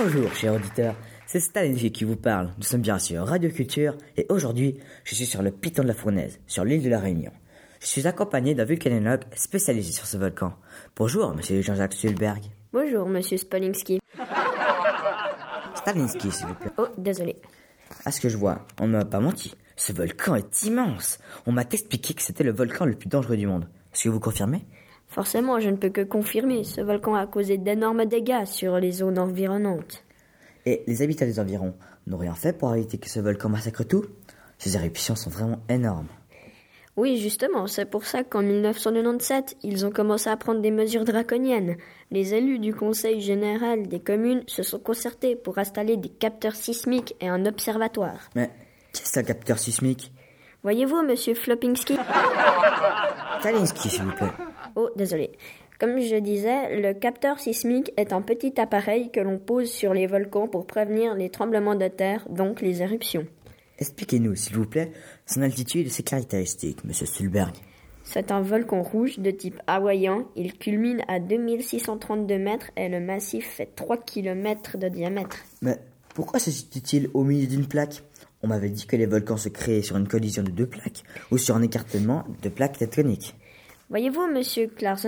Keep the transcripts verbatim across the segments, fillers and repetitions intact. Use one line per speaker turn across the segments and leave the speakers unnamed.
Bonjour, chers auditeurs, c'est Stalinski qui vous parle. Nous sommes bien sur Radio Culture et aujourd'hui, je suis sur le Piton de la Fournaise, sur l'île de la Réunion. Je suis accompagné d'un vulcanologue spécialisé sur ce volcan. Bonjour, monsieur Jean-Jacques Sulberg.
Bonjour, monsieur Spalinski.
Stalinski, s'il vous plaît.
Oh, désolé.
À ce que je vois, on ne m'a pas menti. Ce volcan est immense. On m'a expliqué que c'était le volcan le plus dangereux du monde. Est-ce que vous confirmez ?
Forcément, je ne peux que confirmer. Ce volcan a causé d'énormes dégâts sur les zones environnantes.
Et les habitants des environs n'ont rien fait pour éviter que ce volcan massacre tout ? Ces éruptions sont vraiment énormes.
Oui, justement, c'est pour ça qu'en dix-neuf cent quatre-vingt-dix-sept, ils ont commencé à prendre des mesures draconiennes. Les élus du Conseil général des communes se sont concertés pour installer des capteurs sismiques et un observatoire.
Mais qu'est-ce qu'un capteur sismique ?
Voyez-vous, monsieur Flopinski ?
Stalinski, s'il vous plaît.
Oh, désolé. Comme je disais, le capteur sismique est un petit appareil que l'on pose sur les volcans pour prévenir les tremblements de terre, donc les éruptions.
Expliquez-nous, s'il vous plaît, son altitude et ses caractéristiques, monsieur Sulberg.
C'est un volcan rouge de type hawaïen. Il culmine à deux mille six cent trente-deux mètres et le massif fait trois kilomètres de diamètre.
Mais pourquoi se situe-t-il au milieu d'une plaque ? On m'avait dit que les volcans se créaient sur une collision de deux plaques ou sur un écartement de plaques tectoniques.
Voyez-vous, monsieur Klarsonski ?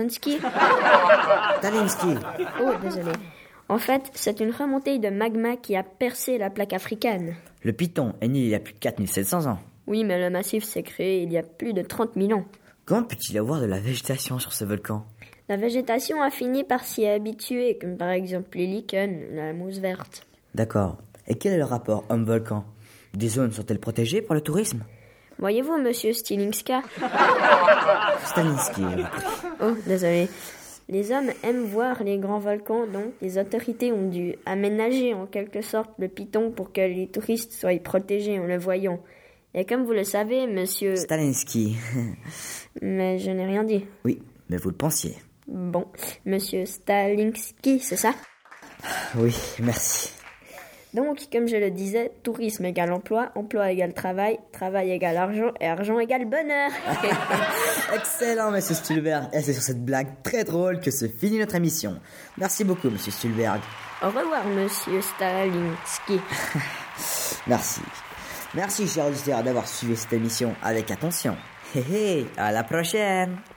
Stalinski.
Oh, désolé. En fait, c'est une remontée de magma qui a percé la plaque africaine.
Le Piton est né il y a plus de quatre mille sept cents ans.
Oui, mais le massif s'est créé il y a plus de trente mille ans.
Comment peut-il y avoir de la végétation sur ce volcan ?
La végétation a fini par s'y habituer, comme par exemple les lichens, la mousse verte.
D'accord. Et quel est le rapport homme-volcan ? Des zones sont-elles protégées pour le tourisme ?
Voyez-vous, monsieur Stilinska ?
Stalinski.
Oh, désolé. Les hommes aiment voir les grands volcans, donc les autorités ont dû aménager en quelque sorte le Piton pour que les touristes soient protégés en le voyant. Et comme vous le savez, monsieur...
Stalinski.
Mais je n'ai rien dit.
Oui, mais vous le pensiez.
Bon, monsieur Stalinski, c'est ça ?
Oui, merci.
Donc, comme je le disais, tourisme égale emploi, emploi égale travail, travail égale argent, et argent égale bonheur.
Excellent, monsieur Stulberg. Et c'est sur cette blague très drôle que se finit notre émission. Merci beaucoup, monsieur Stulberg.
Au revoir, monsieur Stalinski.
Merci. Merci, chers auditeurs, d'avoir suivi cette émission avec attention. Hé hé, à la prochaine.